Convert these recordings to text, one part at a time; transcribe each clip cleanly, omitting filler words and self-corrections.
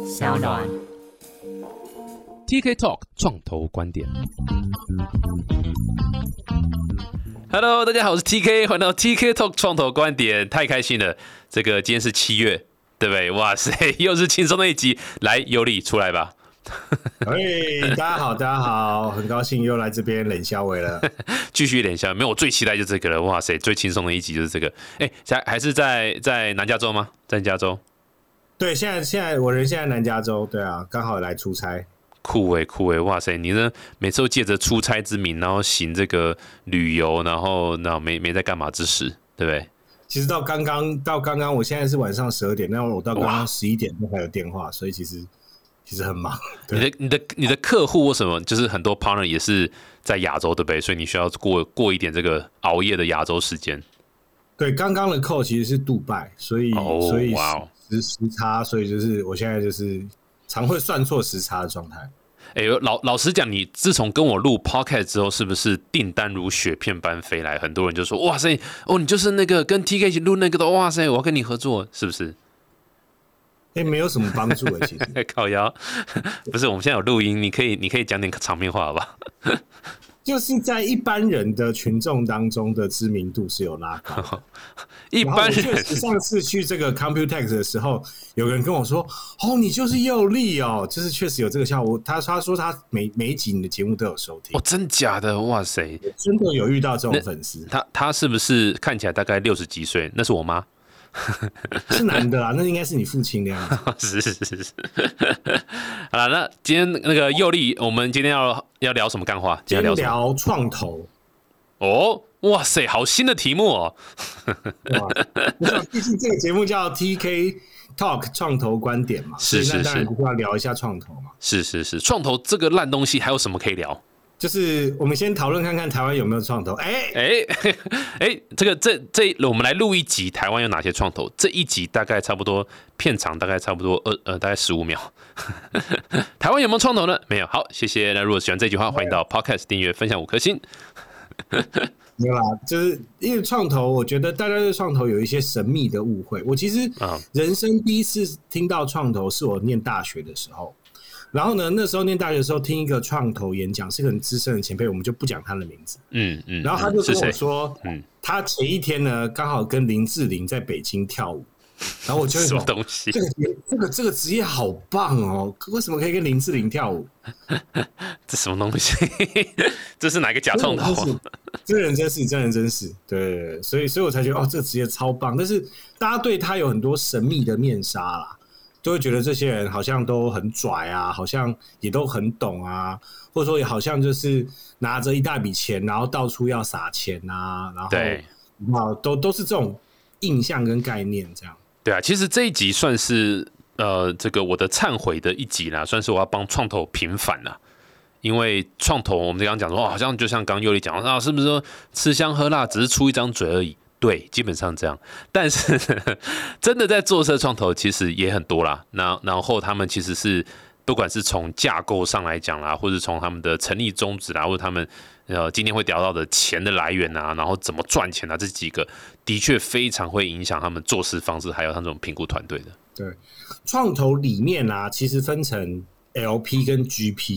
小暖 TK Talk 创投观点。Hello， 大家好，我是 TK， 欢迎到 TK Talk 创投观点，太开心了！这个今天是7月，对不对？哇塞，又是轻松的一集，来，尤里出来吧。 大家好，大家好，很高兴又来这边冷笑话了。 继续冷笑，没有，我最期待就这个了。哇塞，最轻松的一集就是这个。还是在南加州吗？在加州？ 对，现在我人现在南加州，对啊，刚好来出差。 酷欸，哇塞！你呢？每次都借着出差之名，然后行这个旅游，然后没在干嘛之时，对不对？ 其实到刚刚，我现在是晚上12点，那我到刚刚11点都还有电话，所以其实很忙。 你的客户或什么，就是很多 partner 也是在亚洲，对不对？所以你需要过一点这个熬夜的亚洲时间。对， 刚刚的call其实是杜拜，所以时差，所以就是我现在就是常会算错时差的状态。 老实讲，你自从跟我录 podcast 之后，是不是订单如雪片般飞来？很多人就说：“哇塞，哦，你就是那个跟 TK 一起录那个的，哇塞，我要跟你合作，是不是？” 没有什么帮助其实。 靠腰，不是，我们现在有录音，你可以讲点场面话吧？ 就是在一般人的群众当中的知名度是有拉高。 一般人确实上次去这个 Computex 的时候，有人跟我说：“哦，你就是佑利哦。”就是确实有这个效果。他说他每一集你的节目都有收听。 哦，真假的？哇塞， 真的有遇到这种粉丝。 他是不是看起来大概60几岁？那是我妈。 是男的啦，那应该是你父亲的样子。是。好了，那今天那个佑利，我们今天要聊什么干话？ 今天聊创投。 哦，哇塞，好新的题目哦！ 毕竟这个节目叫 TK Talk 创投观点嘛， 是， 那当然就要聊一下创投嘛。 是，创投这个烂东西还有什么可以聊？ 就是我们先讨论看看台湾有没有创投。 这我们来录一集台湾有哪些创投。这一集大概差不多片长大概差不多大概15秒。台湾有没有创投呢？没有。好，谢谢。那如果喜欢这句话，欢迎到 Podcast 订阅、分享5颗星。 没有啦，就是因为创投，我觉得大家对创投有一些神秘的误会。我其实人生第一次听到创投是我念大学的时候。然后呢，那时候念大学的时候听一个创投演讲，是个很资深的前辈，我们就不讲他的名字。然后他就跟我说，他前一天呢刚好跟林志玲在北京跳舞，然后我就什么东西？ 这个职业好棒哦，为什么可以跟林志玲跳舞？ 这什么东西？这是哪个假创投？ 真人真事，对，所以我才觉得这个职业超棒，但是大家对他有很多神秘的面纱啦。就会觉得这些人好像都很拽啊，好像也都很懂啊，或者说也好像就是拿着一大笔钱，然后到处要撒钱啊，然后都是这种印象跟概念这样。 对啊，其实这一集算是这个我的忏悔的一集啦，算是我要帮创投平反啦。因为创投我们刚刚讲说，好像就像刚佑利讲啊，是不是说吃香喝辣只是出一张嘴而已？对，基本上这样，但是真的在做社创投其实也很多啦。然后他们其实是不管是从架构上来讲啦，或者从他们的成立宗旨啦，或者他们今天会聊到的钱的来源啊，然后怎么赚钱啊，这几个的确非常会影响他们做事方式，还有他们这种评估团队的。 对，创投里面啊，其实分成 LP 跟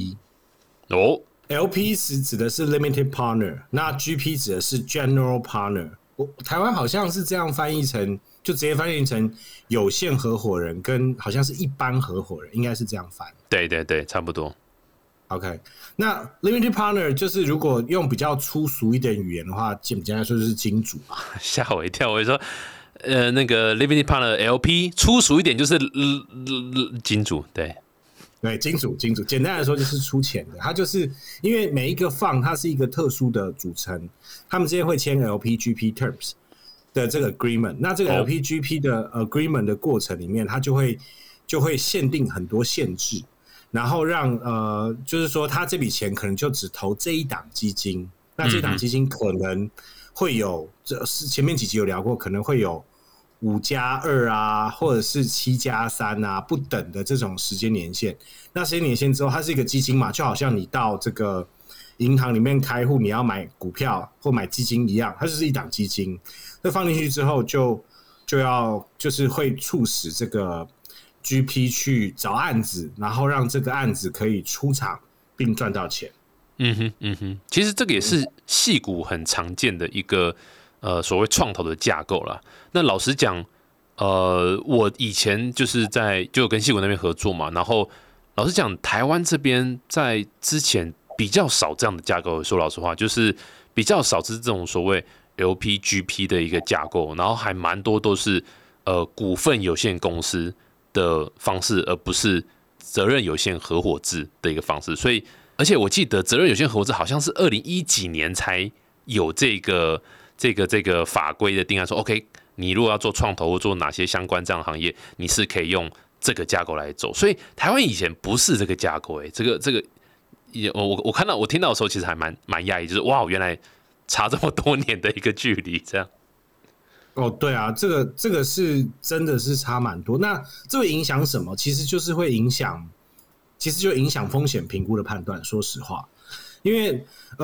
GP。LP 指的是 Limited Partner， 那 GP 指的是 General Partner。台湾好像是这样翻译成，就直接翻译成有限合伙人跟好像是一般合伙人，应该是这样翻。 对，差不多。 OK， 那 Limited Partner 就是如果用比较粗俗一点语言的话，简单来说就是金主吧。 吓我一跳，我就说那个 Limited Partner LP 粗俗一点就是金主，对， 金主，简单来说就是出钱的。它就是因为每一个fund它是一个特殊的组成，他们之间会签 LP、GP terms 的这个 agreement。那这个 LP、GP 的 agreement 的过程里面，它就会限定很多限制，然后让就是说，他这笔钱可能就只投这一档基金，那这档基金可能会有，这是前面几集有聊过，可能会有5+2啊，或者是7+3啊，不等的这种时间年限。那时间年限之后，它是一个基金嘛，就好像你到这个银行里面开户，你要买股票或买基金一样，它就是一档基金。那放进去之后就是会促使这个 GP 去找案子，然后让这个案子可以出场并赚到钱。 其实这个也是矽谷很常见的一个所谓创投的架构啦。那老实讲，我以前就跟矽谷那边合作嘛，然后老实讲，台湾这边在之前比较少这样的架构。说老实话，就是比较少是这种所谓 LPGP 的一个架构，然后还蛮多都是股份有限公司的方式，而不是责任有限合伙制的一个方式。所以，而且我记得责任有限合伙制好像是2010几年才有这个法规的定案，说 OK， 你如果要做创投或做哪些相关这样的行业，你是可以用这个架构来走。所以台湾以前不是这个架构，这个我听到的时候，其实还蛮讶异，就是哇，原来差这么多年的一个距离，这样。 对啊，这个是真的是差蛮多。那这会影响什么？其实就是会影响风险评估的判断。说实话，因为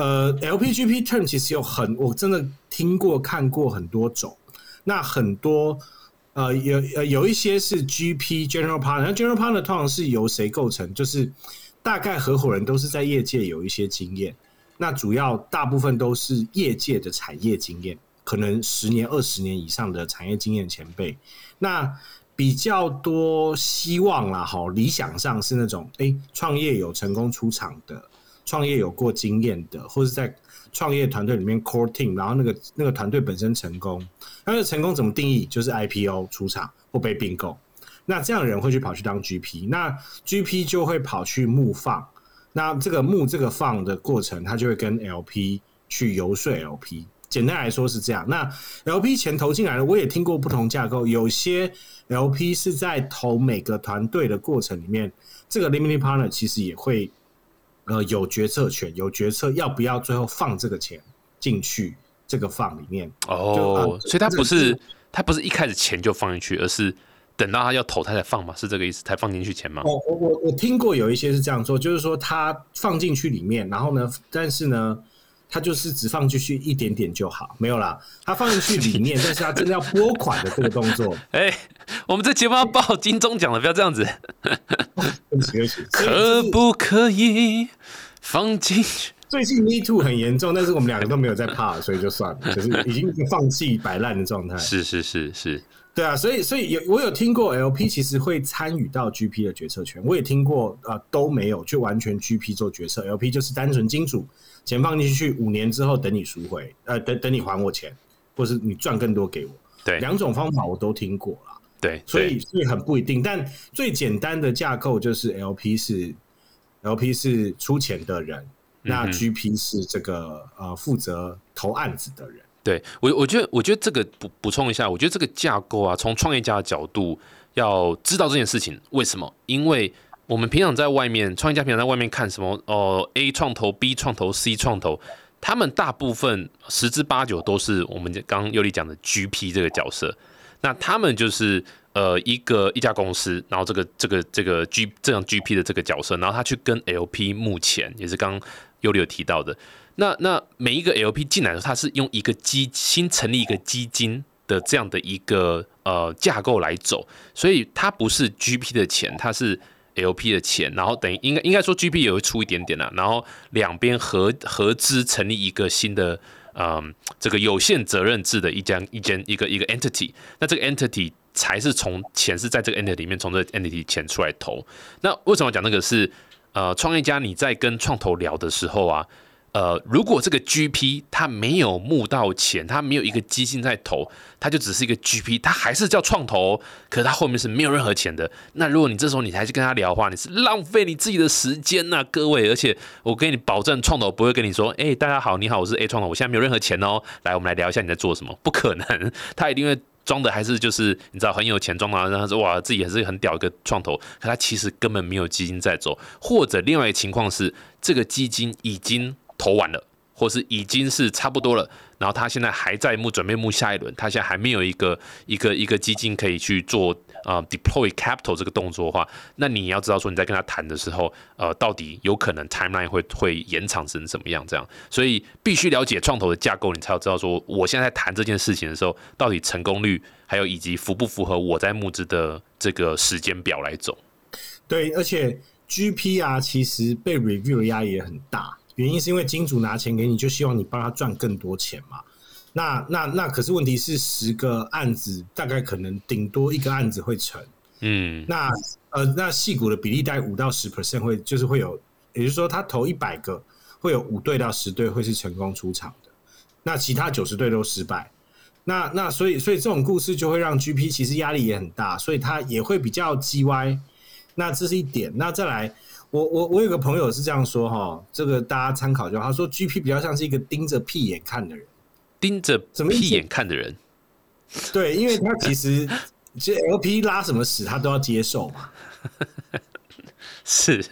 LPGP term 其实我真的听过看过很多种。那很多有一些是 GP General Partner， 那 General Partner 通常是由谁构成？就是大概合伙人都是在业界有一些经验，那大部分都是业界的产业经验。可能10年、20年以上的产业经验前辈，那比较多希望啦，理想上是那种创业有成功出场的，创业有过经验的，或是在创业团队里面 core team， 然后那个团队本身成功，那成功怎么定义？就是 IPO 出场或被并购，那这样的人会跑去当 GP， 那 GP 就会跑去募放，那这个放的过程，他就会跟 LP 去游说 LP。简单来说是这样。那 LP 钱投进来了，我也听过不同架构，有些 LP 是在投每个团队的过程里面，这个 limited partner 其实也会有决策权，有决策要不要最后放这个钱进去这个放里面。 所以他不是一开始钱就放进去，而是等到他要投他才放嘛，是这个意思？才放进去钱吗？ 我听过有一些是这样做，就是说他放进去里面，然后呢，但是呢，他就是只放进去一点点就好，没有啦。他放进去里面，但是他真的要拨款的这个动作， 我们这节目要报金钟奖了，不要这样子。 对不起， 可不可以放进去？ 最近 Me Too 很严重，但是我们两个都没有在怕，所以就算了，就是已经放弃摆烂的状态。 是。 对啊，所以我有听过 LP 其实会参与到 GP 的决策权，我也听过都没有就完全 GP 做决策 ，LP 就是单纯金主，钱放进去5年之后等你赎回，等你还我钱，或是你赚更多给我。 对， 两种方法我都听过啦。 对， 所以很不一定，但最简单的架构就是 LP 是出钱的人，那 GP 是这个负责投案子的人。 对，我觉得这个补充一下，我觉得这个架构啊，从创业家的角度要知道这件事情，为什么？因为我们平常在外面，创业家平常在外面看什么A 创投、B 创投、C 创投，他们大部分10之8九都是我们刚刚佑利讲的 GP 这个角色。那他们就是一家公司，然后这样 GP 的这个角色，然后他去跟 LP 募钱，也是刚刚佑利有提到的。那每一个 LP 进来的时候，他是用一个新成立一个基金的这样的一个架构来走，所以它不是 GP 的钱，它是 LP 的钱，然后等于应该说 GP 也会出一点点啦，然后两边合资成立一个新的这个有限责任制的一个 entity， 那这个 entity 才是钱是在这个 entity 里面从这个 entity 钱出来投。那为什么讲那个是创业家你在跟创投聊的时候啊？如果这个 GP 他没有募到钱，他没有一个基金在投，他就只是一个 GP， 他还是叫创投，可是他后面是没有任何钱的。那如果你这时候你还去跟他聊的话，你是浪费你自己的时间呐，各位。而且我跟你保证，创投不会跟你说，大家好，你好，我是 A 创投，我现在没有任何钱哦，来，我们来聊一下你在做什么。不可能，他一定会装的还是就是你知道很有钱，装的让他说哇自己还是很屌一个创投，可他其实根本没有基金在走，或者另外一个情况是这个基金已经投完了，或是已经是差不多了， 然后他现在还在准备募下一轮，他现在还没有一个基金可以去做deploy capital 这个动作的话，那你要知道说你在跟他谈的时候，到底有可能 timeline 会延长成怎么样这样，所以必须了解创投的架构，你才要知道说我现在在谈这件事情的时候，到底成功率还有以及符不符合我在募资的这个时间表来走。 对，而且 GP 啊，其实被 review 的压力也很大，原因是因为金主拿钱给你，就希望你帮他赚更多钱嘛。那可是问题是10个案子大概可能顶多1个案子会成，那矽谷的比例大概5到10% 会有，也就是说他投100个会有5对到10对会是成功出场的，那其他90对都失败。那所以这种故事就会让 GP 其实压力也很大，所以他也会比较叽歪。那这是一点。那再来，我有个朋友是这样说哈，这个大家参考就好。他说 GP 比较像是一个盯着屁眼看的人。 盯着屁眼看的人， 对，因为他其实 LP 拉什么屎他都要接受嘛， 是，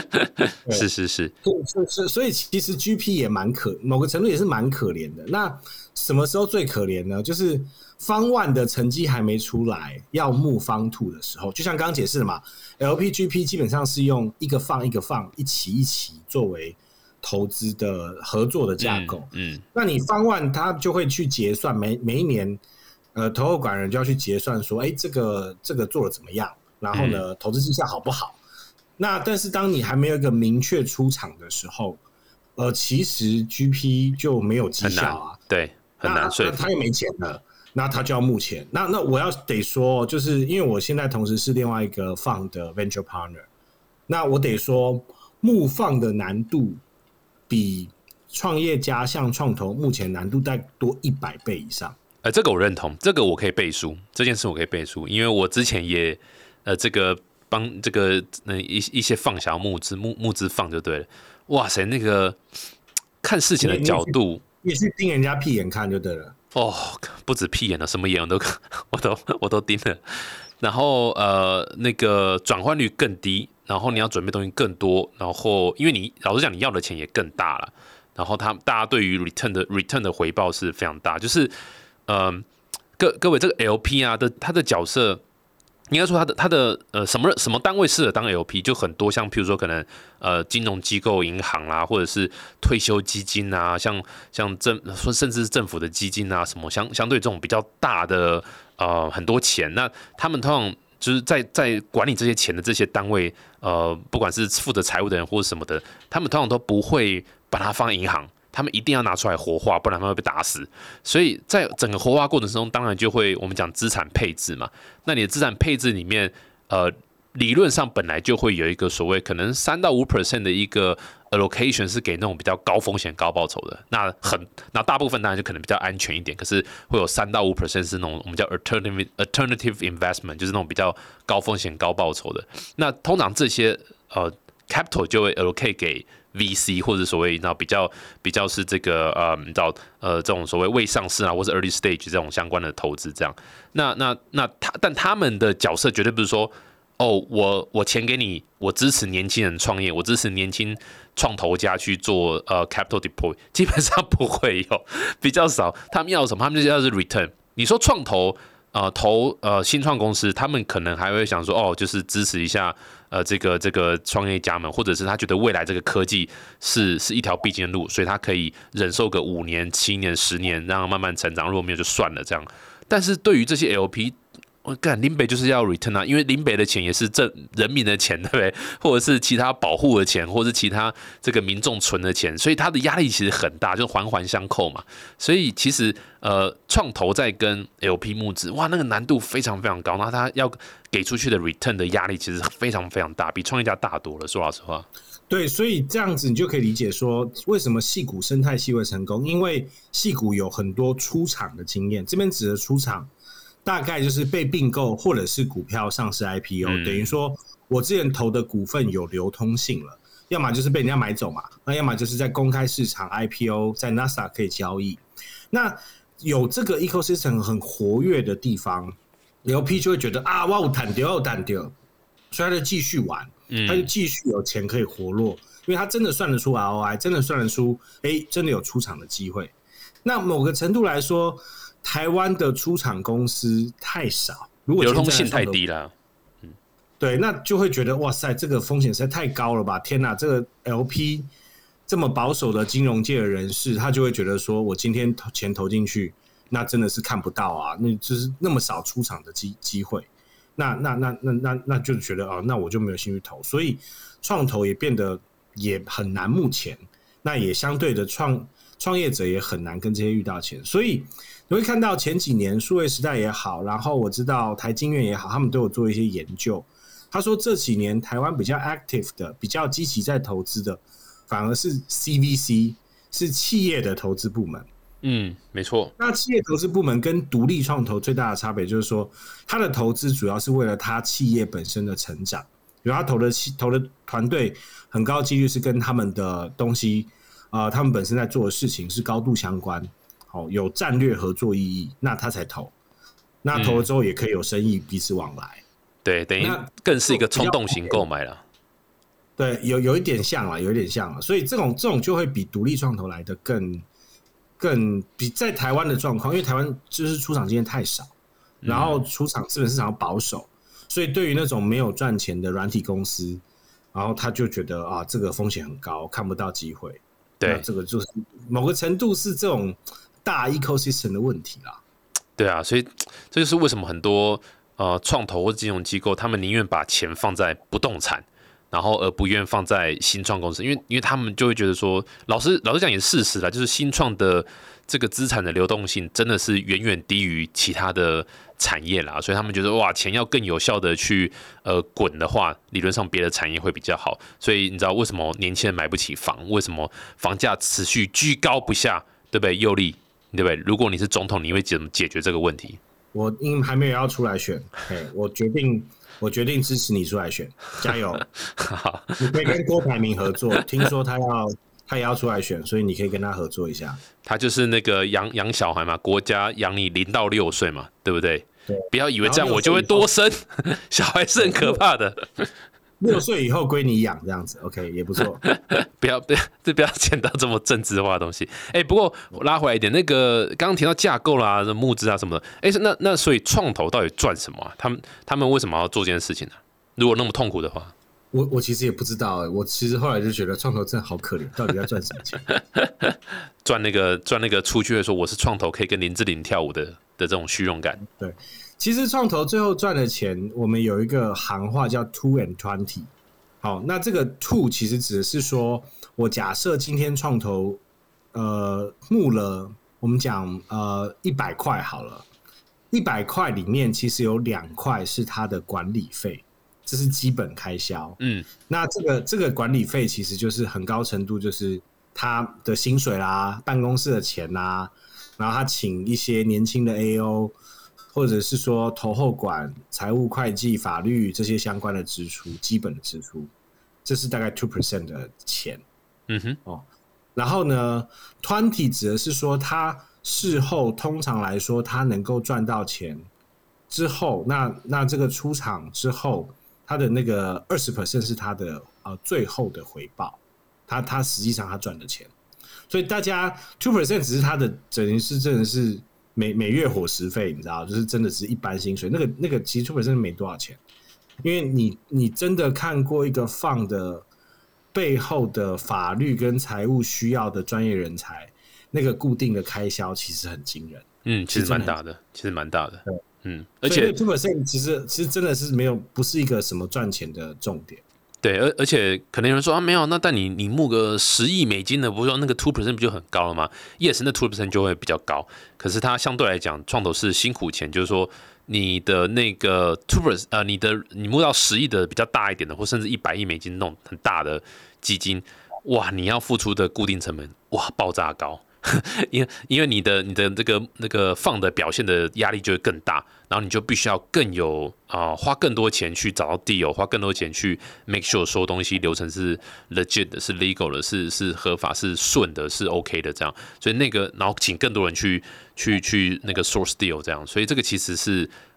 所以其实 GP 也某个程度也是蛮可怜的。那什么时候最可怜呢？就是方1的成绩还没出来，要募方2的时候，就像刚刚解释的嘛 ，LP、GP 基本上是用一个放一起作为投资的合作的架构，那你方1他就会去结算，每一年，投后管人就要去结算说，这个做的怎么样，然后呢，投资绩效好不好？那但是当你还没有一个明确出场的时候，其实 GP 就没有绩效啊， 对，很难说服， 他又没钱了，那他就要募钱。那我要得说，就是因为我现在同时是另外一个fund的 venture partner， 那我得说募fund的难度比创业家像创投目前难度大概多100倍以上。 这个我认同，这个我可以背书，这件事我可以背书，因为我之前也这个帮这个一些放想要募资放就对了。哇塞，那个看事情的角度， 你去盯人家屁眼看就对了。 哦，不止屁眼了，什么眼我都盯了。然后那个转换率更低，然后你要准备东西更多，然后因为你老实讲，你要的钱也更大了。然后大家对于 return 的回报是非常大，就是各位这个 LP 啊他的角色，应该说他的什么单位适合当 LP， 就很多像譬如说可能金融机构、银行啦，或者是退休基金啊，像甚至是政府的基金啊，什么相对这种比较大的很多钱，那他们通常就是在管理这些钱的这些单位，不管是负责财务的人或者什么的，他们通常都不会把它放银行，他们一定要拿出来活化，不然他们会被打死。所以在整个活化过程中，当然就会我们讲资产配置嘛。那你的资产配置里面，理论上本来就会有一个所谓可能3到5% 的一个 allocation 是给那种比较高风险高报酬的，那大部分当然就可能比较安全一点，可是会有3到5% 是那种我们叫 alternative investment， 就是那种比较高风险高报酬的。那通常这些capital 就会 allocate 给 VC 或者所谓比较是这个这种所谓未上市啊，或是 early stage 这种相关的投资这样。但他们的角色绝对不是说我钱给你，我支持年轻人创业，我支持年轻创投家去做capital deploy， 基本上不会有，比较少。他们要什么？他们就要是 return。你说创投投新创公司，他们可能还会想说就是支持一下这个创业家们，或者是他觉得未来这个科技是一条必经的路，所以他可以忍受个5年、7年、10年，让它慢慢成长。如果没有就算了这样。但是对于这些 LP，我干林北就是要 return 啊，因为林北的钱也是人民的钱，对不对？或者是其他保护的钱，或者是其他这个民众存的钱，所以他的压力其实很大，就是环环相扣嘛。所以其实创投在跟 LP 募资，哇，那个难度非常非常高，那他要给出去的 return 的压力其实非常非常大，比创业家大多了。说老实话， 对，所以这样子你就可以理解说，为什么矽谷生态系会成功，因为矽谷有很多出场的经验，这边指的出场。大概就是被并购或者是股票上市 IPO，等于说我之前投的股份有流通性了，要么就是被人家买走嘛，那要么就是在公开市场 IPO， 在 NASA 可以交易。那有这个 ecosystem 很活跃的地方 ，LP 就会觉得我有弹丢，所以他就继续玩，他就继续有钱可以活络，因为他真的算得出 ROI， 真的算得出，真的有出场的机会。 那某个程度来说，台湾的出厂公司太少，如果流通性太低了。 对，那就会觉得哇塞，这个风险实在太高了吧！天哪，这个 LP 这么保守的金融界的人士，他就会觉得说，我今天钱投进去，那真的是看不到啊，那就是那么少出场的机会，那就觉得那我就没有兴趣投，所以创投也变得也很难，目前那也相对的创业者也很难跟这些遇到钱，所以你会看到前几年数位时代也好，然后我知道台经院也好，他们都有做一些研究。他说这几年台湾比较 active 的、比较积极在投资的，反而是 CVC， 是企业的投资部门。 没错。 那企业投资部门跟独立创投最大的差别就是说，他的投资主要是为了他企业本身的成长，比如他投的团队很高几率是跟他们的东西，他们本身在做的事情是高度相关，有战略合作意义，那他才投。那投了之后也可以有生意彼此往来。 对，等于更是一个冲动型购买了。 对，有一点像了，有一点像了，所以这种就会比独立创投来的更比在台湾的状况，因为台湾就是出场经验太少，然后出场资本市场保守，所以对于那种没有赚钱的软体公司，然后他就觉得这个风险很高，看不到机会。对，这个就是某个程度是这种大 ecosystem 的问题啦。 对啊，所以这就是为什么很多创投或金融机构，他们宁愿把钱放在不动产，然后而不愿放在新创公司，因为他们就会觉得说，老实讲也是事实啦，就是新创的这个资产的流动性真的是远远低于其他的产业啦，所以他们觉得哇，钱要更有效的去滚的话，理论上别的产业会比较好。所以你知道为什么年轻人买不起房？为什么房价持续居高不下？对不对？佑利，对不对？如果你是总统，你会怎么解决这个问题？ 我因为还没有要出来选，我决定支持你出来选，加油！你可以跟郭台铭合作，听说他也要出来选，所以你可以跟他合作一下。 他就是那个养小孩嘛，国家养你0到6岁嘛，对不对？对，不要以为这样我就会多生，小孩是很可怕的。 6岁以后归你养，这样子 ，OK 也不错。 不要讲到这么政治化的东西。不过我拉回来一点，那个刚刚提到架构啦、募资啊什么的，那所以创投到底赚什么啊？他们为什么要做这件事情呢？如果那么痛苦的话， 我其实也不知道我其实后来就觉得创投真的好可怜，到底要赚什么钱？ 赚那个出去的时候我是创投可以跟林志玲跳舞的这种虚荣感。 对。其实创投最后赚的钱，我们有一个行话叫 2 and 20。好，那这个 2其实指的是说，我假设今天创投募了，我们讲100块好了，100块里面其实有2块是它的管理费，这是基本开销。那这个管理费其实就是很高程度就是他的薪水啦、办公室的钱啦，然后他请一些年轻的 AO。或者是说投后管、财务会计、法律这些相关的支出，基本的支出，这是大概 2% 的钱。然后呢 ，20 指的是说他事后通常来说他能够赚到钱之后，那这个出场之后，他的那个20% 是他的最后的回报，他实际上他赚的钱，所以大家 2% 只是他的等于是真的是。每月伙食费，你知道，就是真的是一般薪水。那个其实2% 没多少钱，因为你真的看过一个fund的背后的法律跟财务需要的专业人才，那个固定的开销其实很惊人。 其实蛮大的，而且 2% 其实真的是不是一个什么赚钱的重点。 对，而且可能有人说没有，那但你募个$10亿的，不是说那个 2% 不就很高了吗？ Yes， 那 2% 就会比较高，可是它相对来讲，创投是辛苦钱，就是说你的那个 2%，你募到$10亿的比较大一点的，或甚至$100亿那种很大的基金，哇，你要付出的固定成本哇爆炸高。因为你的这个那个fund的表现的压力就会更大，然后你就必须要更有花更多钱去找到 deal， 花更多钱去 make sure 所有东西流程是 legit 的，是 legal 的，是合法，是顺的，是 OK 的这样，所以然后请更多人去那个 source deal 这样，所以这个其实是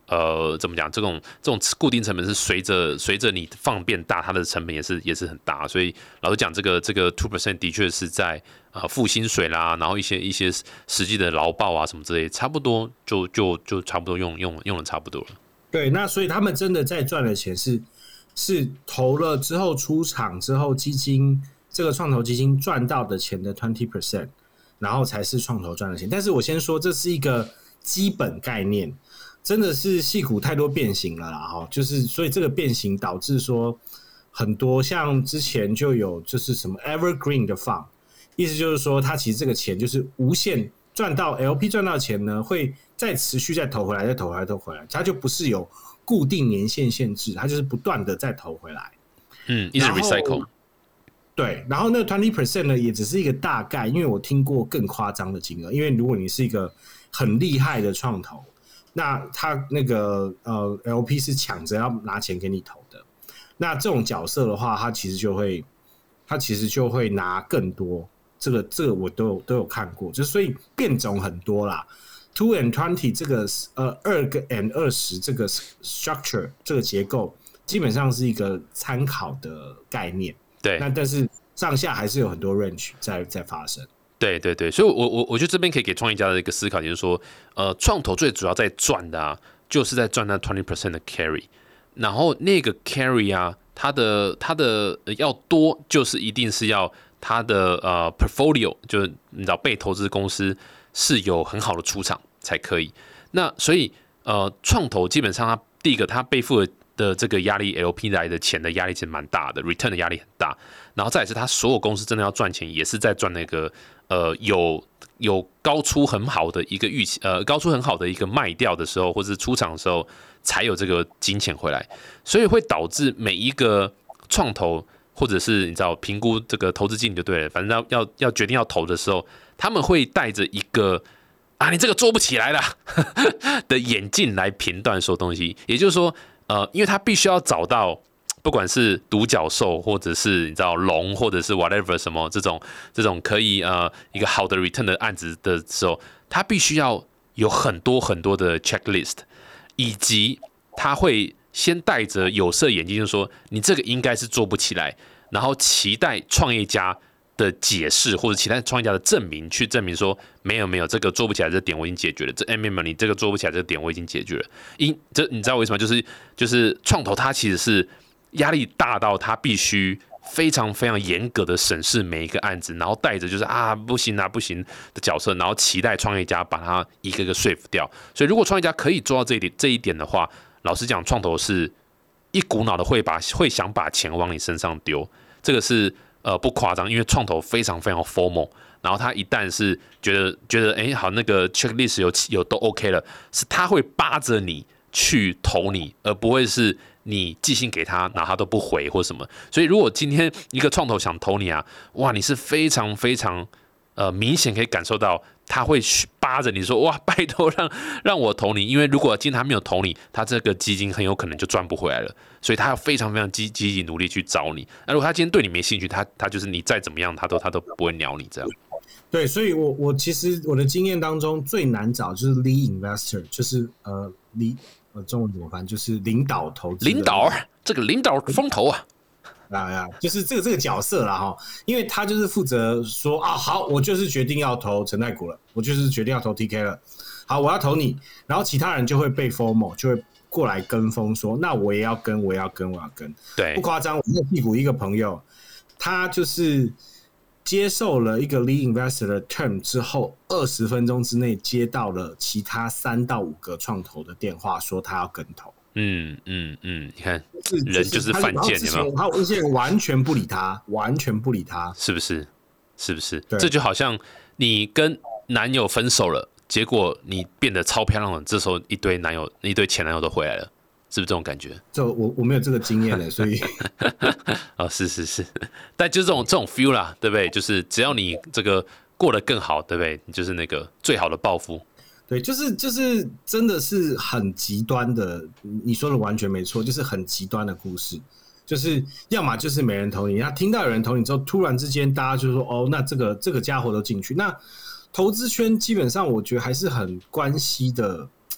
怎么讲？这种固定成本是随着你放变大，它的成本也是很大。所以老实讲，这个 2% 的确是在付薪水啦，然后一些实际的劳报啊什么之类，差不多就差不多用的差不多了。 对，那所以他们真的在赚的钱是投了之后出场之后，这个创投基金赚到的钱的 20%， 然后才是创投赚的钱。但是我先说，这是一个基本概念。真的是矽谷太多变形了啦，就是所以这个变形导致说很多像之前就有就是什么 Evergreen 的fund，意思就是说它其实这个钱就是无限赚到 LP 赚到钱呢，会再持续再投回来，再投回来，投回来，它就不是有固定年限限制，它就是不断的再投回来， 一直 recycle。 对，然后那个 20% 呢，也只是一个大概，因为我听过更夸张的金额，因为如果你是一个很厉害的创投。那他那个LP 是抢着要拿钱给你投的，那这种角色的话，他其实就会拿更多。这个我都有看过，就所以变种很多啦。2 and 20这个2个 and 20这个 structure 这个结构，基本上是一个参考的概念。 对， 那但是上下还是有很多 range 在发生。 对对对，所以我觉得这边可以给创业家的一个思考，就是说，创投最主要在赚的啊，就是在赚那 20% 的 carry， 然后那个 carry 啊，它的要多，就是一定是要它的portfolio， 就是你知道被投资公司是有很好的出场才可以。那所以创投基本上它第一个它背负的这个压力 ，LP 来的钱的压力其实蛮大的 ，return 的压力很大。然后再来是它所有公司真的要赚钱，也是在赚那个有高出很好的一个预期，高出很好的一个卖掉的时候，或者是出场的时候，才有这个金钱回来。所以会导致每一个创投或者是你知道评估这个投资经理就对了，反正要决定要投的时候，他们会带着一个你这个做不起来啦的眼镜来评断所有东西。也就是说，因为他必须要找到。不管是独角兽，或者是你知道龙，或者是 whatever 什么这种可以一个好的 return 的案子的时候，他必须要有很多很多的 checklist， 以及他会先戴着有色眼镜，就是说你这个应该是做不起来，然后期待创业家的解释或者期待创业家的证明，去证明说没有这个做不起来这点我已经解决了，你这个做不起来这个点我已经解决了。这你知道为什么？就是创投它其实是。压力大到他必须非常非常严格的审视每一个案子，然后带着就是不行的角色，然后期待创业家把他一个个说服掉。所以如果创业家可以做到这一点的话，老实讲，创投是一股脑的会想把钱往你身上丢，这个是不夸张，因为创投非常非常 formal， 然后他一旦是觉得好那个 checklist 有都 OK 了，是他会扒着你去投你，而不会是。你寄信给他，然后他都不回或什么，所以如果今天一个创投想投你哇，你是非常非常明显可以感受到他会扒着你说，哇，拜托让我投你，因为如果今天他没有投你，他这个基金很有可能就赚不回来了，所以他要非常非常积极努力去找你。那如果他今天对你没兴趣，他就是你再怎么样，他都不会鸟你这样。 对，所以我其实我的经验当中最难找就是 lead investor， 就是中文怎么翻？就是领导投资， 这个领导风投就是这个角色啦哈，因为他就是负责说好，我就是决定要投成太股了，我就是决定要投 TK 了，好，我要投你，然后其他人就会被 FOMO， 就会过来跟风说，那我也要跟，我要跟。 对， 不夸张，我那屁股一个朋友，他就是接受了一个 lead investor 的 term 之后，20分钟之内接到了其他3到5个创投的电话，说他要跟投。 你看，人就是犯贱，有没有？ 还有一些人完全不理他，是不是？ 这就好像你跟男友分手了，结果你变得超漂亮了，这时候一堆前男友都回来了。是不是这种感觉？ 就我没有这个经验了，所以是，但就是这种 feel 啦，对不对？就是只要你这个过得更好，对不对？你就是那个最好的报复。 对，就是真的是很极端的，你说的完全没错，就是很极端的故事。就是要么就是没人投你，那听到有人投你之后，突然之间大家就说那这个家伙都进去。那投资圈基本上我觉得还是很关系的。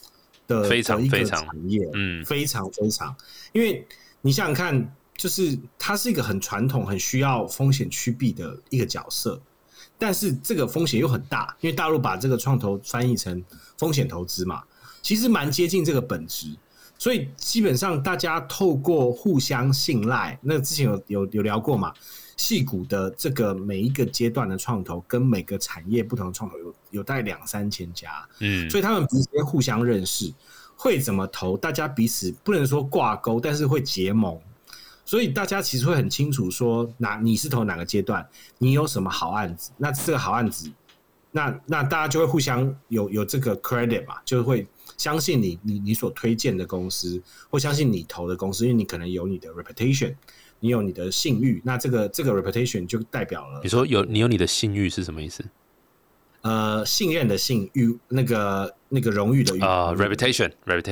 的非常一个非常产业，非常非常，因为你想想看，就是它是一个很传统、很需要风险趋避的一个角色，但是这个风险又很大，因为大陆把这个创投翻译成风险投资嘛，其实蛮接近这个本质。所以基本上大家透过互相信赖，那之前有聊过嘛，矽谷的这个每一个阶段的创投跟每个产业不同的创投有大概2-3千家，所以他们彼此互相认识，会怎么投，大家彼此不能说挂钩，但是会结盟，所以大家其实会很清楚说，你是投哪个阶段，你有什么好案子，那这个好案子，那大家就会互相有这个 credit 嘛，就会相信你所推荐的公司，或相信你投的公司，因为你可能有你的 reputation， 你有你的信誉，那这个 reputation 就代表了。 你说你有你的信誉是什么意思？ 信任的信誉，那个荣誉的誉 reputation。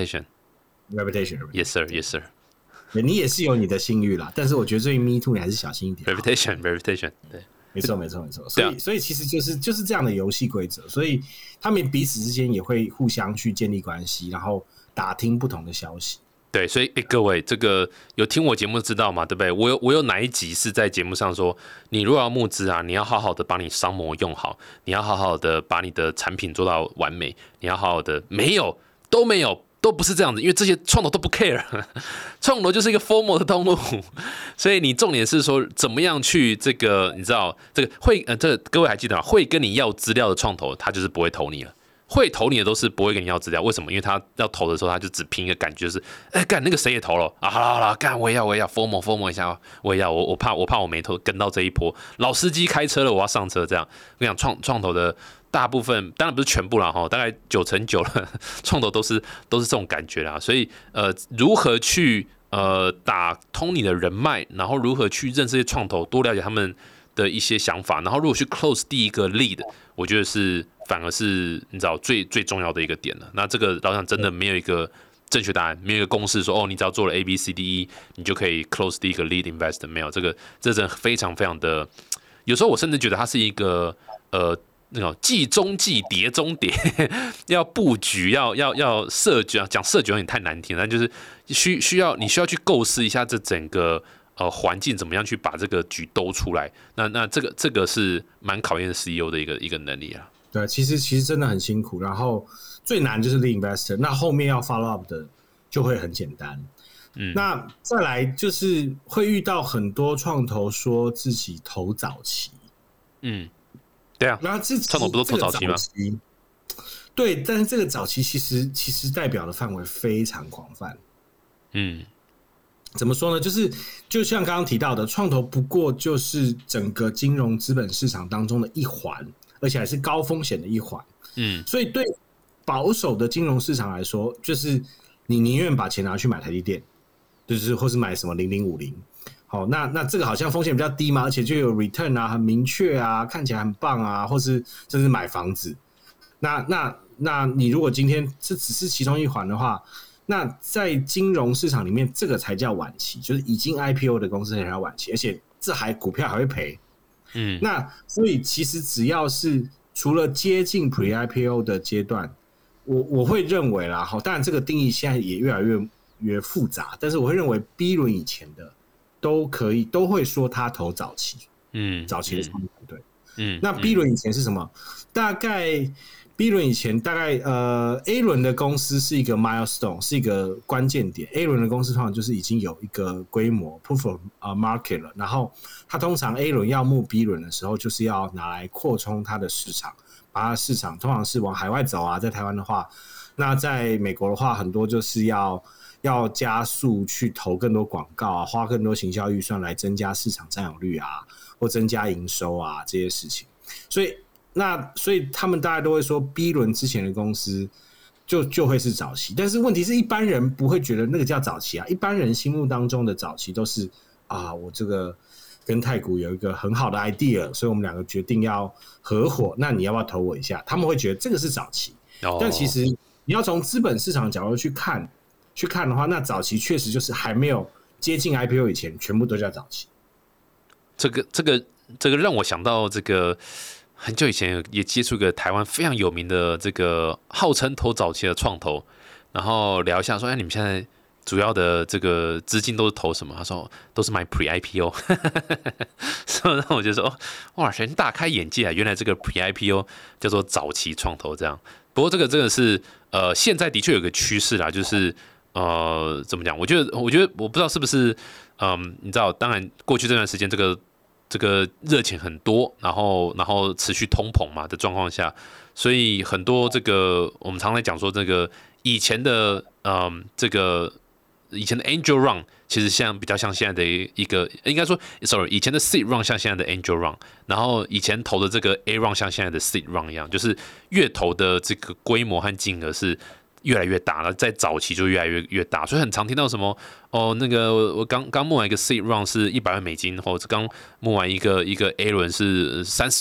Yes sir，yes sir。 你也是有你的信誉啦，但是我觉得对于 Me Too 你还是小心一点。 reputation， 对。 没错，所以其实就是这样的游戏规则，所以他们彼此之间也会互相去建立关系，然后打听不同的消息。 对，所以各位这个有听我节目知道嘛，对不对？我有哪一集是在节目上说，你如果要募资啊，你要好好的把你商模用好，你要好好的把你的产品做到完美，你要好好的都没有。都不是这样子，因为这些创投都不 care， 创投就是一个 formal 的动物，所以你重点是说怎么样去这个，你知道这个这个各位还记得吗？会跟你要资料的创投，他就是不会投你了。会投你的都是不会跟你要资料，为什么？因为他要投的时候，他就只凭一个感觉，就是干那个谁也投了啊，好了，干我也要 formal 一下，我也要，我怕我没投跟到这一波，老司机开车了，我要上车这样。我跟你讲，创投的大部分当然不是全部啦哈，大概9%了，创投都是这种感觉啦。所以如何去打通你的人脉，然后如何去认识这些创投，多了解他们的一些想法，然后如果去 close 第一个 lead， 我觉得反而是你知道最重要的一个点了。那这个老实讲真的没有一个正确答案，没有一个公式说你只要做了 A B C D E， 你就可以 close 第一个 lead investor， 没有这真的非常非常的，有时候我甚至觉得它是一个那种计中计叠中叠，要布局，要设局，讲设局有点太难听了，但就是需要去构思一下这整个环境怎么样去把这个局兜出来。那这个是蛮考验 CEO 的一个能力啊。 对，其实真的很辛苦，然后最难就是 lead investor， 那后面要 follow up 的就会很简单。那再来就是会遇到很多创投说自己投早期， 对啊， 然后创投不都投早期吗？ 对，但是这个早期其实代表的范围非常广泛。怎么说呢？就像刚刚提到的，创投不过就是整个金融资本市场当中的一环，而且还是高风险的一环。所以对保守的金融市场来说，就是你宁愿把钱拿去买台积电，就是或是买什么0050。好，那这个好像风险比较低嘛，而且就有 return 啊，很明确啊，看起来很棒啊，或是甚至买房子。那你如果今天这只是其中一环的话，那在金融市场里面，这个才叫晚期，就是已经 IPO 的公司才叫晚期，而且这股票还会赔。那所以其实只要是除了接近 pre-IPO 的阶段，我会认为啦，当然这个定义现在也越来越复杂，但是我会认为 B 轮以前的都会说他投早期，早期的创业团队。那 B 轮以前是什么？大概 B 轮以前大概A 轮的公司是一个 milestone， 是一个关键点。A 轮的公司通常就是已经有一个规模 proof of market 了，然后它通常 A 轮要募 B 轮的时候，就是要拿来扩充它的市场，把它的市场通常是往海外走啊。在台湾的话，那在美国的话，很多就是要加速去投更多广告啊，花更多行销预算来增加市场占有率啊，或增加营收啊这些事情。所以他们大家都会说 B 轮之前的公司就会是早期，但是问题是一般人不会觉得那个叫早期啊，一般人心目当中的早期都是我这个跟太古有一个很好的 idea， 所以我们两个决定要合伙，那你要不要投我一下？他们会觉得这个是早期，但其实你要从资本市场角度去看的话，那早期确实就是还没有接近 IPO 以前，全部都叫早期。 这个让我想到这个很久以前也接触一个台湾非常有名的这个号称投早期的创投， 然后聊一下说，哎，你们现在主要的这个资金都是投什么？他说都是买 Pre IPO， 所以让我就说，哇，全大开眼界啊！原来这个 Pre IPO 叫做早期创投这样。不过这个真的是现在的确有个趋势啦，就是怎么讲？我觉得我不知道是不是你知道，当然过去这段时间这个热钱很多，然后持续通膨嘛的状况下，所以很多这个我们常来讲说这个以前的以前的 Angel Run 其实比较像现在的一个，应该说 sorry， 以前的 Seed Run 像现在的 Angel Run， 然后以前投的这个 A Run 像现在的 Seed Run 一样，就是越投的这个规模和金额是越来越大了，在早期就越来越大，所以很常听到什么那个我刚募完一个 Seed Run 是$100万，或者刚募完一个 A 轮是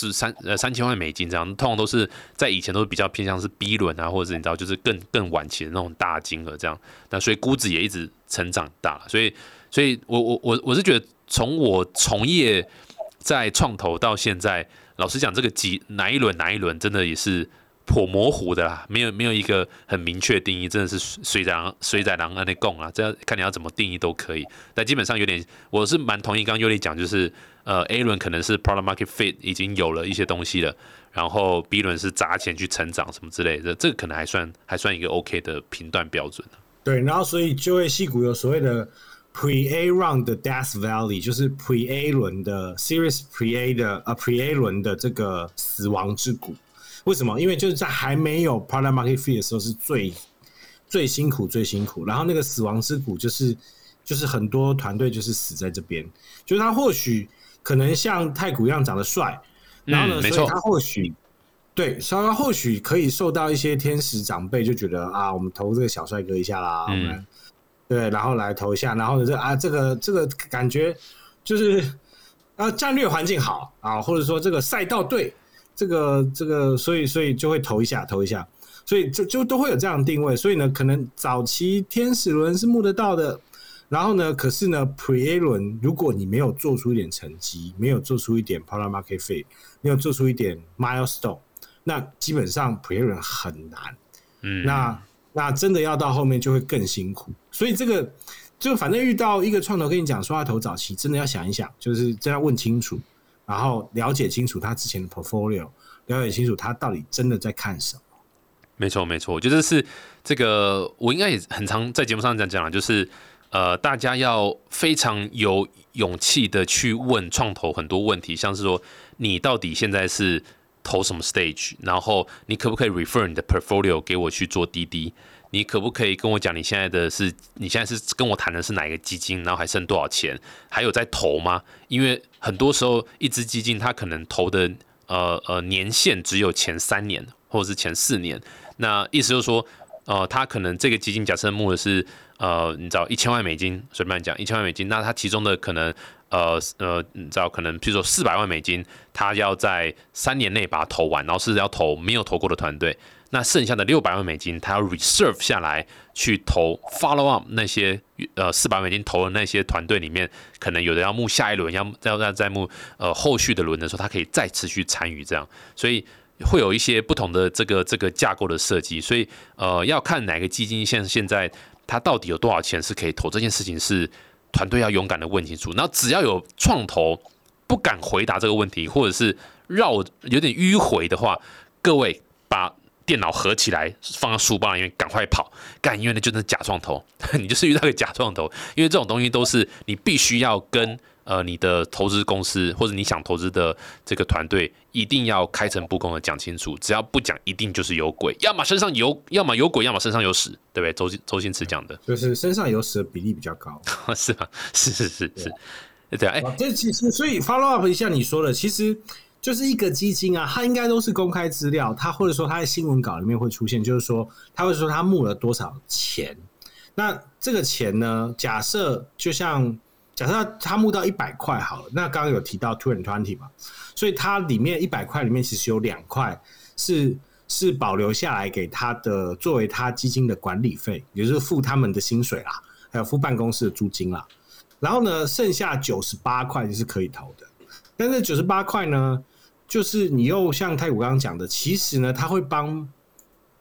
3000万美金这样，通常都是在以前都是比较偏向是 B 轮啊，或者是你知道就是更晚期的那种大金额这样，那所以估值也一直成长大，所以我是觉得从我从业在创投到现在，老实讲这个哪一轮真的也是颇模糊的啦，没有一个很明确定义，真的是水在狼那供啊，这样看你要怎么定义都可以。但基本上有点，我是蛮同意刚刚尤里讲，就是A 轮可能是 product market fit 已经有了一些东西了，然后 B 轮是砸钱去成长什么之类的，这个可能还算一个 OK 的评断标准。 对，然后所以就会矽谷有所谓的 Pre A Round 的 Death Valley， 就是 Pre A 轮的 Series Pre A 的Pre A 轮的这个死亡之谷。为什么？因为就是在还没有 Product Market Fit 的时候是最辛苦，然后那个死亡之谷就是很多团队就是死在这边，就是他或许可能像太古一样长得帅，然后呢，所以他或许对，所以他或许可以受到一些天使长辈就觉得啊，我们投这个小帅哥一下啦，我们对，然后来投一下，然后这个感觉就是战略环境好啊，或者说这个赛道对。这个，所以就会投一下，所以就都会有这样的定位。所以呢，可能早期天使轮是募得到的，然后呢，可是呢 ，Pre A 轮如果你没有做出一点成绩，没有做出一点 Product Market Fit， 没有做出一点 Milestone， 那基本上 Pre A 轮很难。那真的要到后面就会更辛苦。所以这个就反正遇到一个创投跟你讲说要投早期，真的要想一想，就是真要问清楚。然后了解清楚他之前的 portfolio， 了解清楚他到底真的在看什么。 没错，我觉得是这个，我应该也很常在节目上讲了，就是大家要非常有勇气的去问创投很多问题，像是说你到底现在是投什么 stage， 然后你可不可以 refer 你的 portfolio 给我去做滴滴？你可不可以跟我讲你现在是跟我谈的是哪一个基金，然后还剩多少钱，还有在投吗？因为很多时候一支基金它可能投的年限只有前3年或者是前4年，那意思就是说它可能这个基金假设募的是你知道$1000万，随便讲$1000万，那它其中的可能你知道可能譬如说$400万，它要在3年内把它投完，然后是要投没有投过的团队。那剩下的$600万，他要 reserve 下来去投 follow up 那些$400万投的那些团队里面，可能有的要募下一轮，要再募后续的轮的时候，他可以再持续参与这样，所以会有一些不同的这个架构的设计，所以要看哪个基金现在它到底有多少钱是可以投，这件事情是团队要勇敢的问清楚。然后只要有创投不敢回答这个问题，或者是有点迂回的话，各位把电脑合起来放到书包里面，赶快跑干，因为那就是假创投，你就是遇到个假创投，因为这种东西都是你必须要跟你的投资公司或者你想投资的这个团队一定要开诚布公的讲清楚，只要不讲，一定就是有鬼，要么身上要么有鬼，要么身上有屎，对不对？周星驰讲的， 就是身上有屎的比例比较高， 是吧？是，对啊， 这其实所以 follow up 一下你说的，其实。就是一个基金啊，它应该都是公开资料，它或者说它在新闻稿里面会出现，就是说它会说它募了多少钱。那这个钱呢，假设它募到100块好了，那刚刚有提到 2020 嘛，所以它里面100块里面其实有2块是保留下来给他的，作为他基金的管理费，也就是付他们的薪水啦，还有付办公室的租金啦。然后呢，剩下98块就是可以投的，但是98块呢？就是你又像太古刚刚讲的，其实呢，他会帮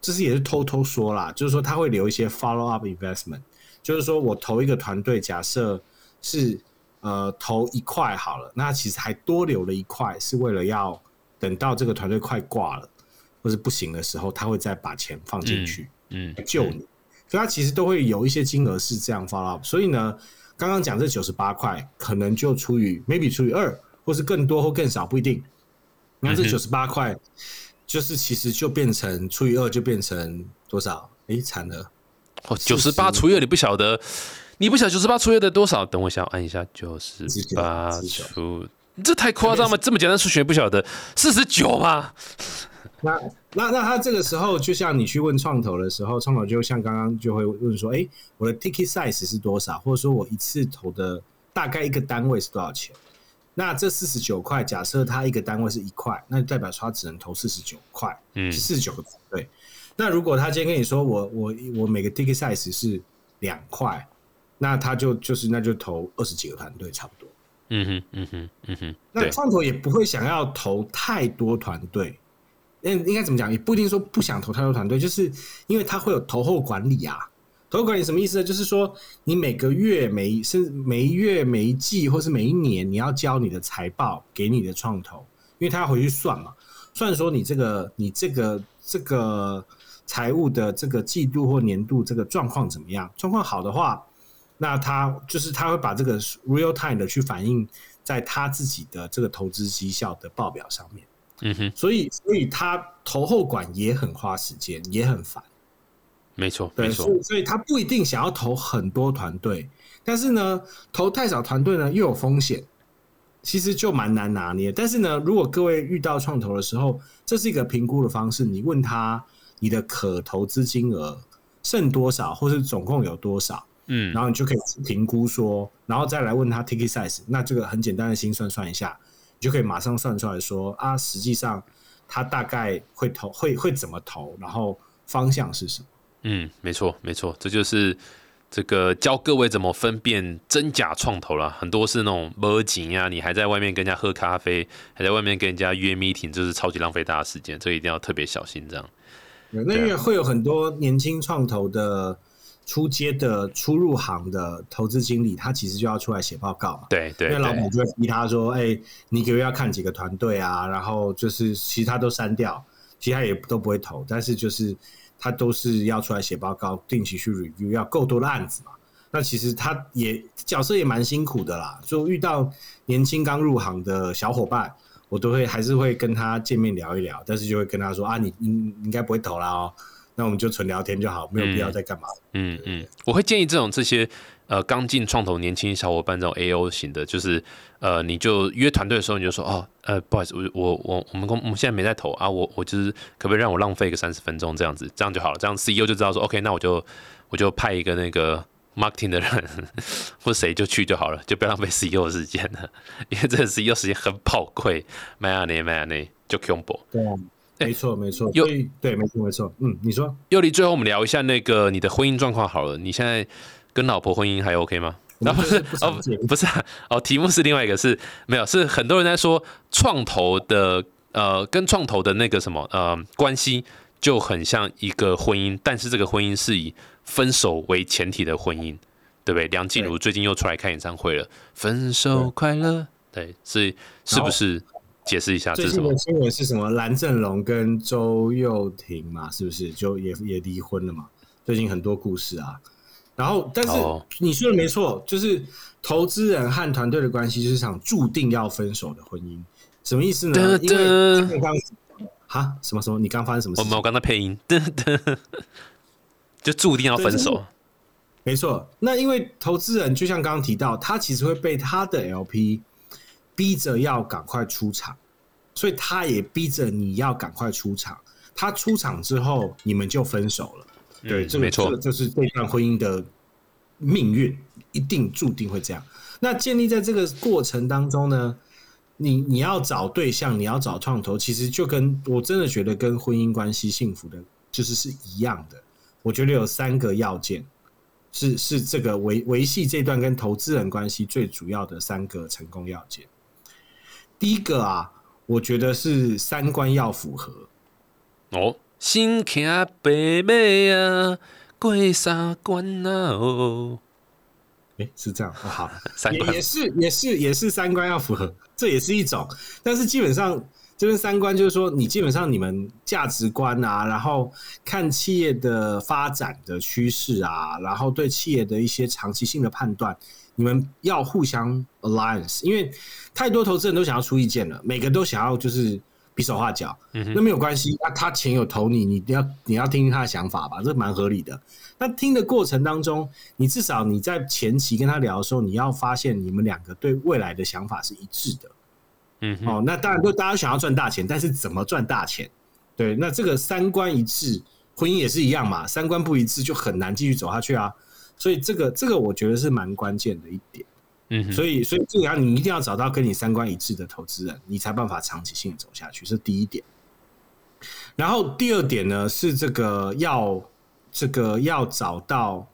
这是也是偷偷说啦，就是说他会留一些 follow up investment， 就是说我投一个团队，假设是投1块好了，那其实还多留了1块，是为了要等到这个团队快挂了或是不行的时候，他会再把钱放进去，救你。所以他其实都会有一些金额是这样 follow up。所以呢，刚刚讲这98块，可能就maybe 除以2，或是更多或更少不一定。那这98块，就是其实就变成除以2，就变成多少？惨了 ！98除以2，你不晓得98除以2的多少？等我一下，按一下98除，这太夸张了！这么简单数学不晓得49吗？ 那他这个时候，就像你去问创投的时候，创投就像刚刚就会问说，我的 ticket size 是多少，或者说我一次投的大概一个单位是多少钱？那这49块，假设他一个单位是1块，那就代表说他只能投49块，是49个团队。那如果他今天跟你说我每个 ticket size 是2块，那他就是那就投20几个团队差不多。那创投也不会想要投太多团队。应该怎么讲？也不一定说不想投太多团队，就是因为它会有投后管理啊。投后管理什么意思呢？就是说你每个月、每一月、每一季，或是每一年，你要交你的财报给你的创投，因为他要回去算嘛，算说你这个财务的这个季度或年度这个状况怎么样？状况好的话，那他会把这个 real time 的去反映在他自己的这个投资绩效的报表上面。所以他投后管也很花时间，也很烦。 没错， 对，所以他不一定想要投很多团队，但是呢，投太少团队呢又有风险，其实就蛮难拿捏。但是呢，如果各位遇到创投的时候，这是一个评估的方式，你问他你的可投资金额剩多少，或是总共有多少，然后你就可以评估说，然后再来问他 ticket size， 那这个很简单的心算一下。你就可以马上算出来说啊，实际上他大概会怎么投，然后方向是什么？ 没错，这就是这个教各位怎么分辨真假创投啦。很多是那种没钱啊，你还在外面跟人家喝咖啡，还在外面跟人家约 meeting， 就是超级浪费大家时间，这个一定要特别小心。这样， 那因为会有很多年轻创投的初阶的初入行的投资经理，他其实就要出来写报告嘛。 对， 因为老板就会逼他说：“你一个月要看几个团队啊？”然后就是其他都删掉，其他也都不会投，但是就是他都是要出来写报告，定期去 review， 要够多的案子嘛。那其实他角色也蛮辛苦的啦。就遇到年轻刚入行的小伙伴，我都还是会跟他见面聊一聊，但是就会跟他说：“啊，你应该不会投啦哦。”那我们就纯聊天就好，没有必要再干嘛。 我会建议这些刚进创投年轻小伙伴这种 AO 型的，就是你就约团队的时候你就说不好意思，我们现在没在投啊，我就是可不可以让我浪费个30分钟这样子，这样就好了，这样 CEO 就知道说 OK， 那我就派一个那个 marketing 的人或谁就去就好了，就不要浪费 CEO 的时间了，因为这个 CEO 时间很宝贵，买啊内就恐怖。 对啊。没错，对，没错。你说， 佑黎，最后我们聊一下那个你的婚姻状况好了。你现在跟老婆婚姻还 OK 吗？不是题目是另外一个，是没有，是很多人在说创投的跟创投的那个什么关系就很像一个婚姻，但是这个婚姻是以分手为前提的婚姻，对不对？梁静茹最近又出来开演唱会了，分手快乐，对，是不是？解释一下， 最近的新闻是什么？蓝正龙跟周又廷嘛，是不是就也离婚了嘛？最近很多故事啊。然后，但是你说的没错，就是投资人和团队的关系就是场注定要分手的婚姻。什么意思呢？因为什么？你刚发生什么事？ 我刚才配音，就注定要分手。 没错，那因为投资人就像刚刚提到，他其实会被他的 LP。逼着要赶快出场，所以他也逼着你要赶快出场。他出场之后，你们就分手了。对， 没错， 这是这段婚姻的命运，一定注定会这样。那建立在这个过程当中呢，你要找对象，你要找创投，其实就跟我真的觉得跟婚姻关系幸福的，就是一样的。我觉得有3个要件。是这个维系这段跟投资人关系最主要的3个成功要件。第一个啊，我觉得是3观要符合。 心骑白马啊，过三关啊哦。 是这样好， 三关也是三观要符合，这也是一种。但是基本上这边三观就是说，你基本上你们价值观啊，然后看企业的发展的趋势啊，然后对企业的一些长期性的判断，你们要互相 alliance， 因为太多投资人都想要出意见了，每个都想要就是比手画脚，那没有关系，他钱有投你，你要听听他的想法吧，这蛮合理的。那听的过程当中，你至少你在前期跟他聊的时候，你要发现你们两个对未来的想法是一致的。那当然大家想要赚大钱，但是怎么赚大钱？对，那这个三观一致，婚姻也是一样嘛，三观不一致就很难继续走下去啊。所以这个我觉得是蛮关键的一点。所以这个你一定要找到跟你三观一致的投资人，你才办法长期性的走下去，是第一点。然后第二点呢是这个要找到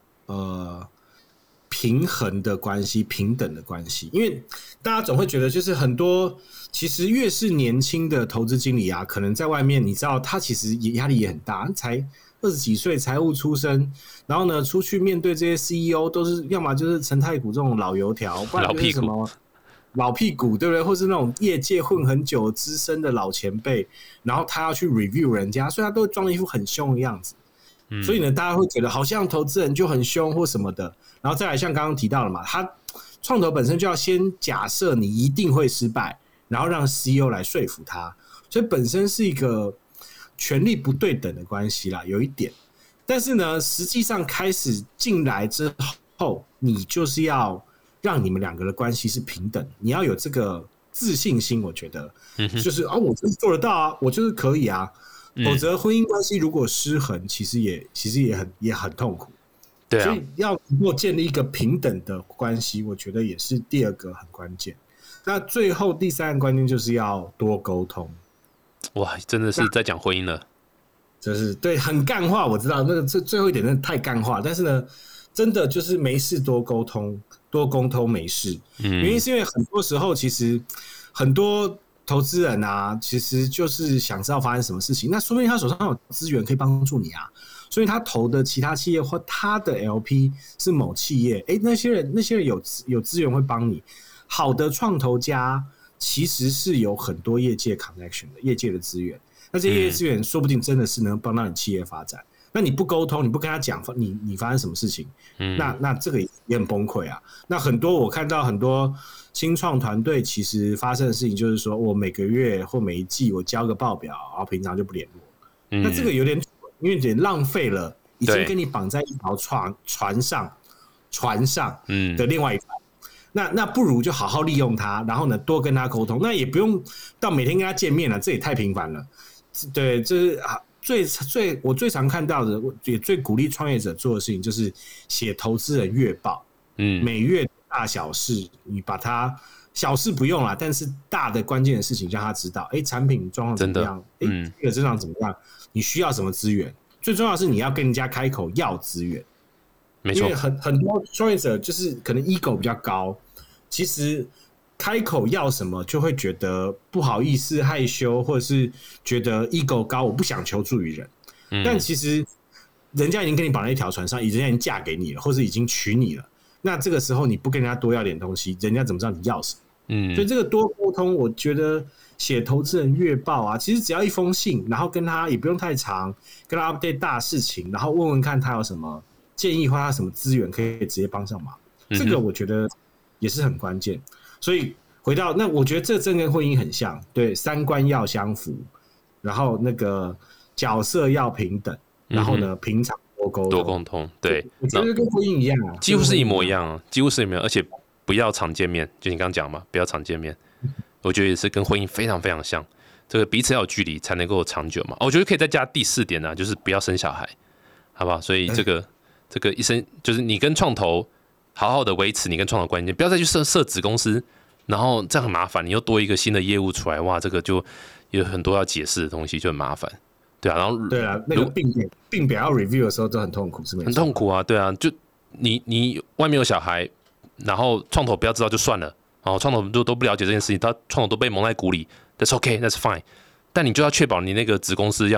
平衡的关系、平等的关系，因为大家总会觉得就是很多其实越是年轻的投资经理啊，可能在外面你知道他其实压力也很大，才20几岁财务出身，然后呢出去面对这些 CEO 都是要么就是陈太古这种老油条，不然就是什么老屁股，对不对？或是那种业界混很久资深的老前辈，然后他要去 review 人家，所以他都会装一副很凶的样子。所以呢，大家会觉得好像投资人就很凶或什么的，然后再来像刚刚提到了嘛，他创投本身就要先假设你一定会失败，然后让 CEO 来说服他，所以本身是一个权力不对等的关系啦，有一点。但是呢，实际上开始进来之后，你就是要让你们两个的关系是平等，你要有这个自信心，我觉得，就是我就是做得到啊，我就是可以啊。否则婚姻关系如果失衡，其实也很痛苦。 对啊， 所以要能够建立一个平等的关系，我觉得也是第二个很关键。那最后第三个关键就是要多沟通。 哇，真的是在讲婚姻了， 就是对很干话，我知道那个最后一点真的太干话，但是呢，真的就是没事多沟通，多沟通没事。原因是因为很多时候其实很多投资人啊，其实就是想知道发生什么事情，那说不定他手上有资源可以帮助你啊，所以他投的其他企业或他的 LP 是某企业，那些人有资源会帮你。好的创投家其实是有很多业界 connection 的，业界的资源，那这些业界资源说不定真的是能帮到你企业发展。那你不沟通，你不跟他讲你发生什么事情，那这个也很崩溃啊。那很多我看到很多新创团队其实发生的事情就是说，我每个月或每一季我交个报表，然后平常就不联络。那这个有点因为有点浪费了已经跟你绑在一条船上的另外一半。那不如就好好利用他，然后呢多跟他沟通。那也不用到每天跟他见面了，这也太频繁了。对，这是我最常看到的，也最鼓励创业者做的事情，就是写投资人月报。每月大小事，你把它小事不用啦，但是大的关键的事情让他知道，产品状况怎么样，这个增长怎么样，你需要什么资源。最重要的是你要跟人家开口要资源，没错。因为很多创业者就是可能 ego 比较高，其实开口要什么就会觉得不好意思、害羞，或者是觉得 ego 高，我不想求助于人。但其实人家已经跟你绑在一条船上，人家已经嫁给你了，或是已经娶你了。那这个时候你不跟人家多要点东西，人家怎么知道你要什么？所以这个多沟通，我觉得写投资人月报啊，其实只要一封信，然后跟他也不用太长，跟他 update 大事情，然后问问看他有什么建议或他什么资源可以直接帮上忙，这个我觉得也是很关键。所以回到那，我觉得这真跟婚姻很像，对，三观要相符，然后那个角色要平等，然后呢，平常多沟通， 对， 我觉得跟婚姻一样啊， 几乎是一模一样，几乎是一模一样，而且不要常见面，就你刚刚讲嘛，不要常见面，我觉得也是跟婚姻非常非常像，这个彼此要有距离才能够长久嘛。我觉得可以再加第4点啊，就是不要生小孩，好不好？所以这个一生就是你跟创投好好的维持你跟创投关系，不要再去设子公司，然后这样很麻烦，你又多一个新的业务出来，哇，这个就有很多要解释的东西，就很麻烦。对啊，然后对啊，那个病表要 review 的时候都很痛苦，是没错， 很痛苦啊，对啊，就你外面有小孩，然后创投不要知道就算了，然后创投都不了解这件事情，他创投都被蒙在鼓里 ，that's okay，that's fine， 但你就要确保你那个子公司要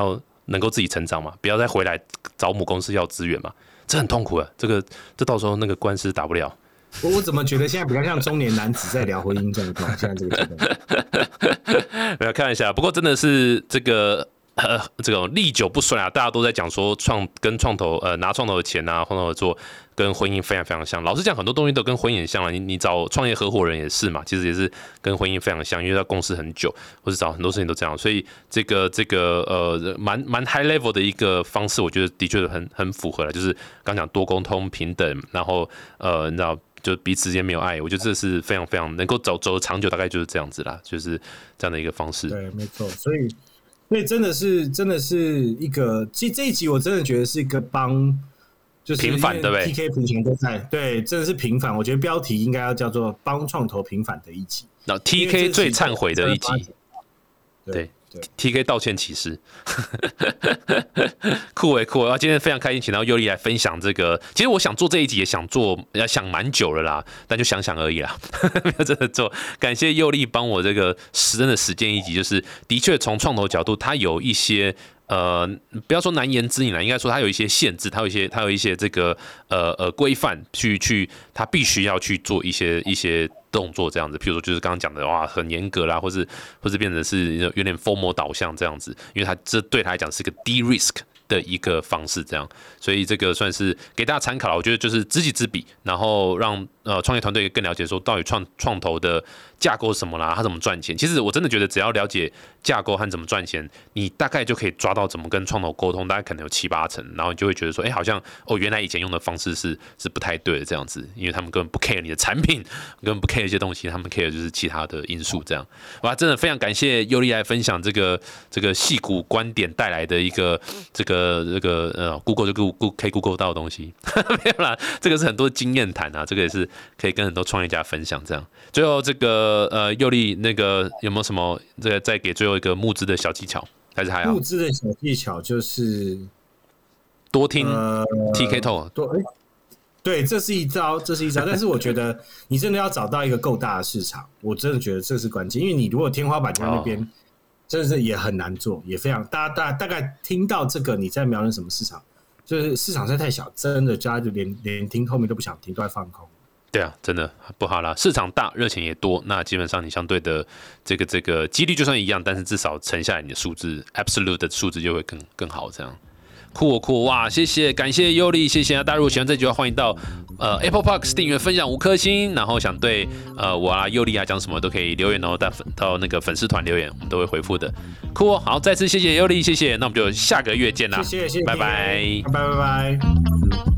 能够自己成长嘛，不要再回来找母公司要资源嘛，这很痛苦啊，这到时候那个官司打不了。 我怎么觉得现在比较像中年男子在聊婚姻状况？现在这个阶段， 没有开玩笑，不过真的是这个历久不衰啊，大家都在讲说跟创投拿创投的钱啊，创投合作跟婚姻非常非常像。老实讲，很多东西都跟婚姻很像了。你找创业合伙人也是嘛，其实也是跟婚姻非常像，因为要共事很久，或者找很多事情都这样。所以这个蛮 high level 的一个方式，我觉得的确很符合了，就是刚讲多沟通、平等，然后你知道。就彼此之间没有爱，我觉得这是非常非常能够走长久，大概就是这样子啦，就是这样的一个方式。 对，没错。所以真的是一个，其实这一集我真的觉得是一个帮，就是平反，对不对 ？TK 平常都在，对，真的是平反。我觉得标题应该要叫做“帮创投平反的一集”。 然后 TK 最忏悔的一集，对。TK 道歉启事，酷欸！今天非常开心，请到佑利来分享这个。其实我想做这一集，也想蛮久了啦，但就想而已啦，没有真的做。感谢佑利帮我这个真的实践一集，就是的确从创投角度，它有一些不要说难言之隐啦，应该说它有一些限制，它有一些这个规范，它必须要去做一些动作这样子，譬如说就是刚刚讲的哇很严格啦，或是变成是有点 formal 导向这样子，因为它这对他来讲是个低 risk 的一个方式，这样，所以这个算是给大家参考了。我觉得就是知己知彼，然后让创业团队更了解说到底创投的架构是什么啦，它怎么赚钱。其实我真的觉得只要了解架构和怎么赚钱，你大概就可以抓到怎么跟创投沟通，大概可能有7-8成，然后你就会觉得说，好像原来以前用的方式是不太对的这样子，因为他们根本不 care 你的产品，根本不 care 一些东西，他们 care 就是其他的因素这样。哇，真的非常感谢佑利来分享这个矽谷观点带来的一个Google 就可以 Google 到的东西，没有啦，这个是很多经验谈啊，这个也是可以跟很多创业家分享这样。最后这个佑利那个有没有什么这个再给最后一个募资的小技巧？还是还好？ 募资的小技巧就是多听 TK Talk。 对，这是一招，但是我觉得你真的要找到一个够大的市场，我真的觉得这是关键，因为你如果天花板在那边，真的是也很难做，也非常大概听到这个你在瞄准什么市场，就是市场实在太小，真的大家就连听后面都不想听，都在放空。 对啊，真的不好啦。市场大，热钱也多，那基本上你相对的这个几率就算一样，但是至少乘下来你的数字 ，absolute 的数字就会更好这样。酷哇！谢谢，感谢佑利，谢谢啊！大家如果喜欢这集的话，欢迎到Apple Podcast 订阅、分享5颗星，然后想对我啊佑利啊讲什么都可以留言哦，到那个粉丝团留言，我们都会回复的。酷哦，好，再次谢谢佑利，谢谢，那我们就下个月见啦， 谢谢， 拜拜， 拜拜。